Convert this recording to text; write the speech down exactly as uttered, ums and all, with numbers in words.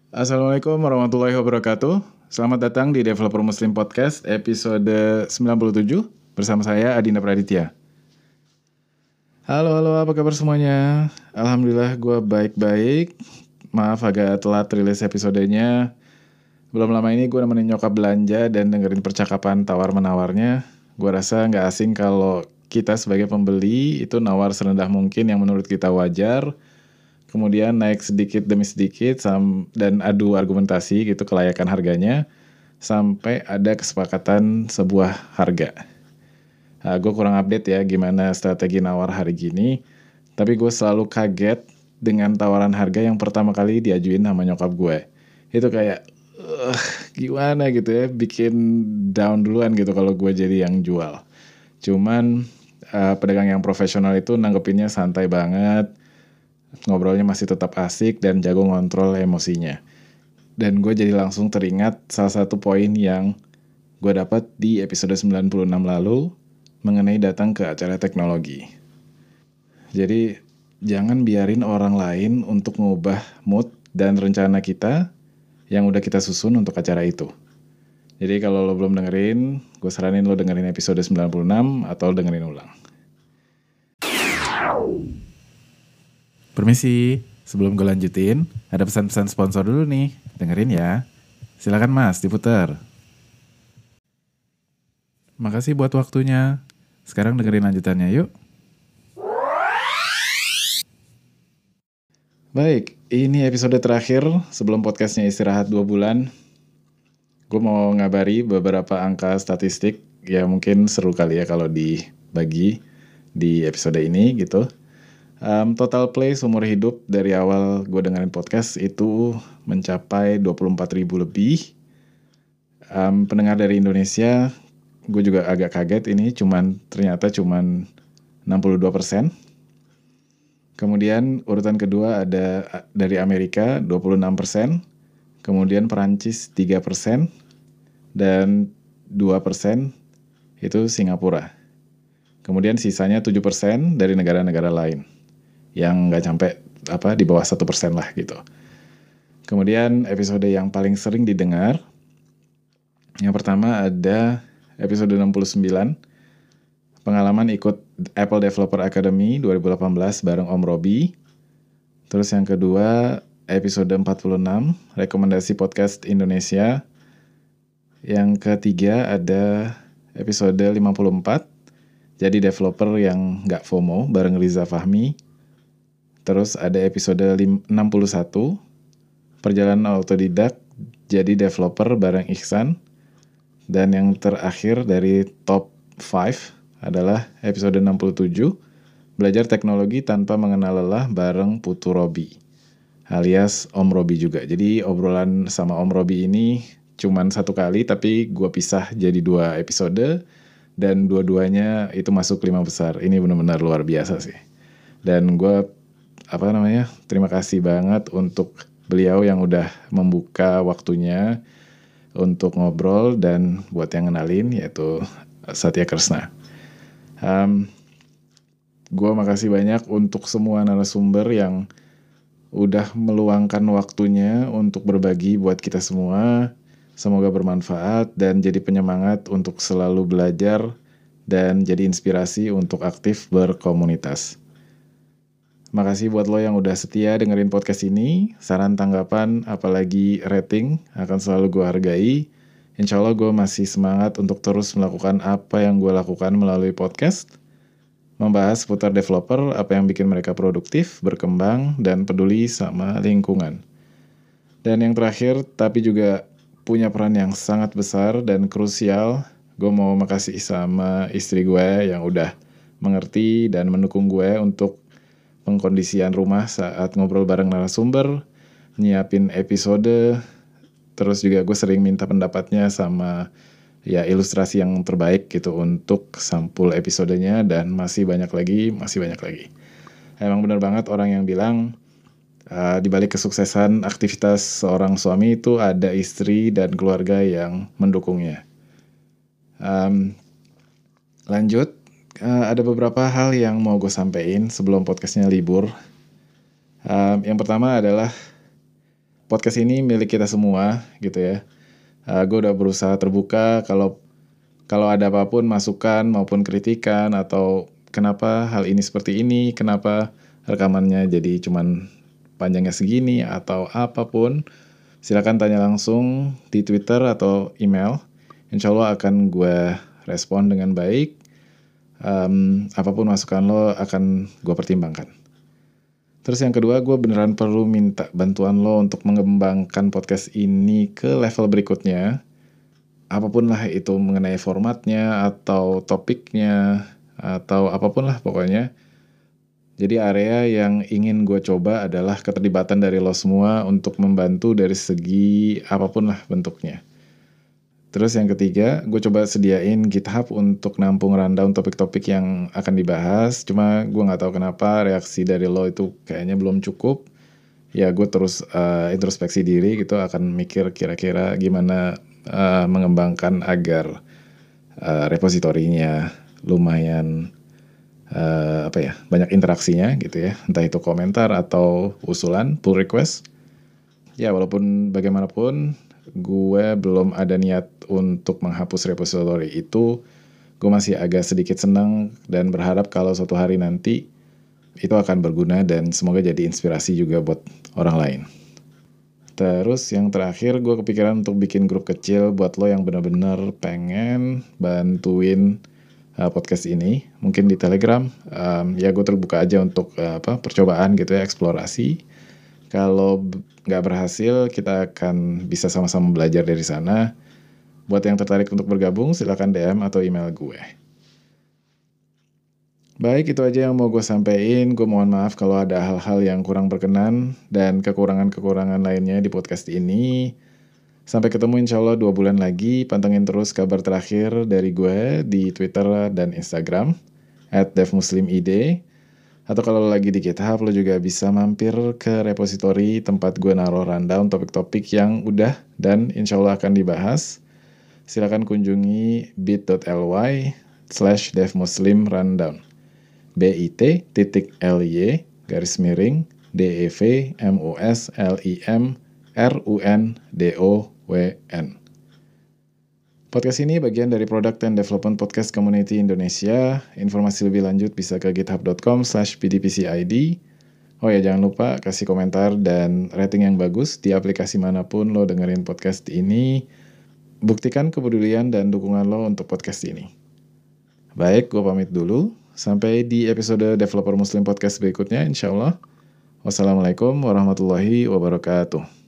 Assalamualaikum warahmatullahi wabarakatuh. Selamat datang di Developer Muslim Podcast episode sembilan puluh tujuh bersama saya Adinda Praditya. Halo, halo, apa kabar semuanya? Alhamdulillah gue baik-baik. Maaf agak telat rilis episodenya. Belum lama ini gue nemenin nyokap belanja dan dengerin percakapan tawar-menawarnya. Gue rasa gak asing kalau kita sebagai pembeli itu nawar serendah mungkin yang menurut kita wajar. Kemudian naik sedikit demi sedikit sam- dan adu argumentasi gitu kelayakan harganya sampai ada kesepakatan sebuah harga. Nah, gue kurang update ya gimana strategi nawar hari gini, tapi gue selalu kaget dengan tawaran harga yang pertama kali diajuin sama nyokap gue. Itu kayak uh, gimana gitu ya, bikin down duluan gitu kalau gue jadi yang jual. Cuman uh, pedagang yang profesional itu nanggepinnya santai banget. Ngobrolnya masih tetap asik dan jago ngontrol emosinya. Dan gue jadi langsung teringat salah satu poin yang gue dapat di episode sembilan puluh enam lalu mengenai datang ke acara teknologi. Jadi jangan biarin orang lain untuk ngubah mood dan rencana kita yang udah kita susun untuk acara itu. Jadi kalau lo belum dengerin, gue saranin lo dengerin episode sembilan puluh enam atau dengerin ulang. Permisi, sebelum gue lanjutin, ada pesan-pesan sponsor dulu nih. Dengerin ya. Silakan Mas, diputar. Makasih buat waktunya. Sekarang dengerin lanjutannya yuk. Baik, ini episode terakhir sebelum podcastnya istirahat dua bulan. Gue mau ngabari beberapa angka statistik. Ya mungkin seru kali ya kalau dibagi di episode ini gitu. Um, total play seumur hidup dari awal gue dengerin podcast itu mencapai dua puluh empat ribu lebih. Um, pendengar dari Indonesia, gue juga agak kaget ini cuman ternyata cuman enam puluh dua persen. Kemudian urutan kedua ada dari Amerika dua puluh enam persen. Kemudian Perancis tiga persen. Dan dua persen itu Singapura. Kemudian sisanya tujuh persen dari negara-negara lain. Yang nggak sampai apa di bawah satu persen lah gitu. Kemudian episode yang paling sering didengar, yang pertama ada episode enam puluh sembilan, pengalaman ikut Apple Developer Academy dua ribu delapan belas bareng Om Robi. Terus yang kedua episode empat puluh enam, rekomendasi podcast Indonesia. Yang ketiga ada episode lima puluh empat, jadi developer yang nggak FOMO bareng Riza Fahmi. Terus ada episode enam puluh satu, perjalanan autodidak jadi developer bareng Ihsan. Dan yang terakhir dari top lima adalah episode enam puluh tujuh, belajar teknologi tanpa mengenal lelah bareng Putu Robi, alias Om Robi juga. Jadi obrolan sama Om Robi ini cuman satu kali, tapi gue pisah jadi dua episode, dan dua-duanya itu masuk lima besar. Ini benar-benar luar biasa sih. Dan gue apa namanya, terima kasih banget untuk beliau yang udah membuka waktunya untuk ngobrol dan buat yang kenalin yaitu Satya Kresna. Um, gue makasih banyak untuk semua narasumber yang udah meluangkan waktunya untuk berbagi buat kita semua. Semoga bermanfaat dan jadi penyemangat untuk selalu belajar dan jadi inspirasi untuk aktif berkomunitas. Makasih buat lo yang udah setia dengerin podcast ini. Saran, tanggapan, apalagi rating akan selalu gue hargai. Insya Allah gue masih semangat untuk terus melakukan apa yang gue lakukan melalui podcast. Membahas seputar developer, apa yang bikin mereka produktif, berkembang, dan peduli sama lingkungan. Dan yang terakhir, tapi juga punya peran yang sangat besar dan krusial, gue mau makasih sama istri gue yang udah mengerti dan mendukung gue untuk pengkondisian rumah saat ngobrol bareng narasumber, nyiapin episode, terus juga gue sering minta pendapatnya sama ya ilustrasi yang terbaik gitu untuk sampul episodenya, dan masih banyak lagi, masih banyak lagi. Emang benar banget orang yang bilang uh, di balik kesuksesan aktivitas seorang suami itu ada istri dan keluarga yang mendukungnya. Um, lanjut. Uh, ada beberapa hal yang mau gue sampein sebelum podcastnya libur. Um, yang pertama adalah podcast ini milik kita semua gitu ya. Uh, gue udah berusaha terbuka kalau kalau ada apapun masukan maupun kritikan atau kenapa hal ini seperti ini, kenapa rekamannya jadi cuman panjangnya segini atau apapun, silakan tanya langsung di Twitter atau email. Insya Allah akan gue respon dengan baik. Um, apapun masukan lo akan gue pertimbangkan. Terus yang kedua, gue beneran perlu minta bantuan lo untuk mengembangkan podcast ini ke level berikutnya. Apapun lah itu, mengenai formatnya atau topiknya atau apapun lah pokoknya. Jadi area yang ingin gue coba adalah keterlibatan dari lo semua untuk membantu dari segi apapun lah bentuknya. Terus yang ketiga, gue coba sediain GitHub untuk nampung rundown topik-topik yang akan dibahas. Cuma gue gak tahu kenapa reaksi dari lo itu kayaknya belum cukup. Ya gue terus uh, introspeksi diri gitu, akan mikir kira-kira gimana Uh, mengembangkan agar uh, repositorinya lumayan uh, apa ya banyak interaksinya gitu ya, entah itu komentar atau usulan pull request. Ya walaupun bagaimanapun gue belum ada niat untuk menghapus repository itu, gue masih agak sedikit senang dan berharap kalau suatu hari nanti itu akan berguna dan semoga jadi inspirasi juga buat orang lain. Terus yang terakhir, gue kepikiran untuk bikin grup kecil buat lo yang benar-benar pengen bantuin uh, podcast ini. Mungkin di Telegram, um, ya gue terbuka aja untuk uh, apa percobaan gitu ya, eksplorasi. Kalau nggak berhasil, kita akan bisa sama-sama belajar dari sana. Buat yang tertarik untuk bergabung, silakan D M atau email gue. Baik, itu aja yang mau gue sampein. Gue mohon maaf kalau ada hal-hal yang kurang berkenan dan kekurangan-kekurangan lainnya di podcast ini. Sampai ketemu insya Allah dua bulan lagi. Pantengin terus kabar terakhir dari gue di Twitter dan Instagram at devmuslimid. Atau kalau lagi di GitHub, lo juga bisa mampir ke repository tempat gue naruh rundown topik-topik yang udah dan insya Allah akan dibahas. Silakan kunjungi bit.ly slash devmuslimrundown. bit.ly garis miring devmuslimrundown. Podcast ini bagian dari Product and Development Podcast Community Indonesia. Informasi lebih lanjut bisa ke github.com slash pdpcid. Oh ya, jangan lupa kasih komentar dan rating yang bagus di aplikasi manapun lo dengerin podcast ini. Buktikan kepedulian dan dukungan lo untuk podcast ini. Baik, gue pamit dulu. Sampai di episode Developer Muslim Podcast berikutnya, insya Allah. Wassalamualaikum warahmatullahi wabarakatuh.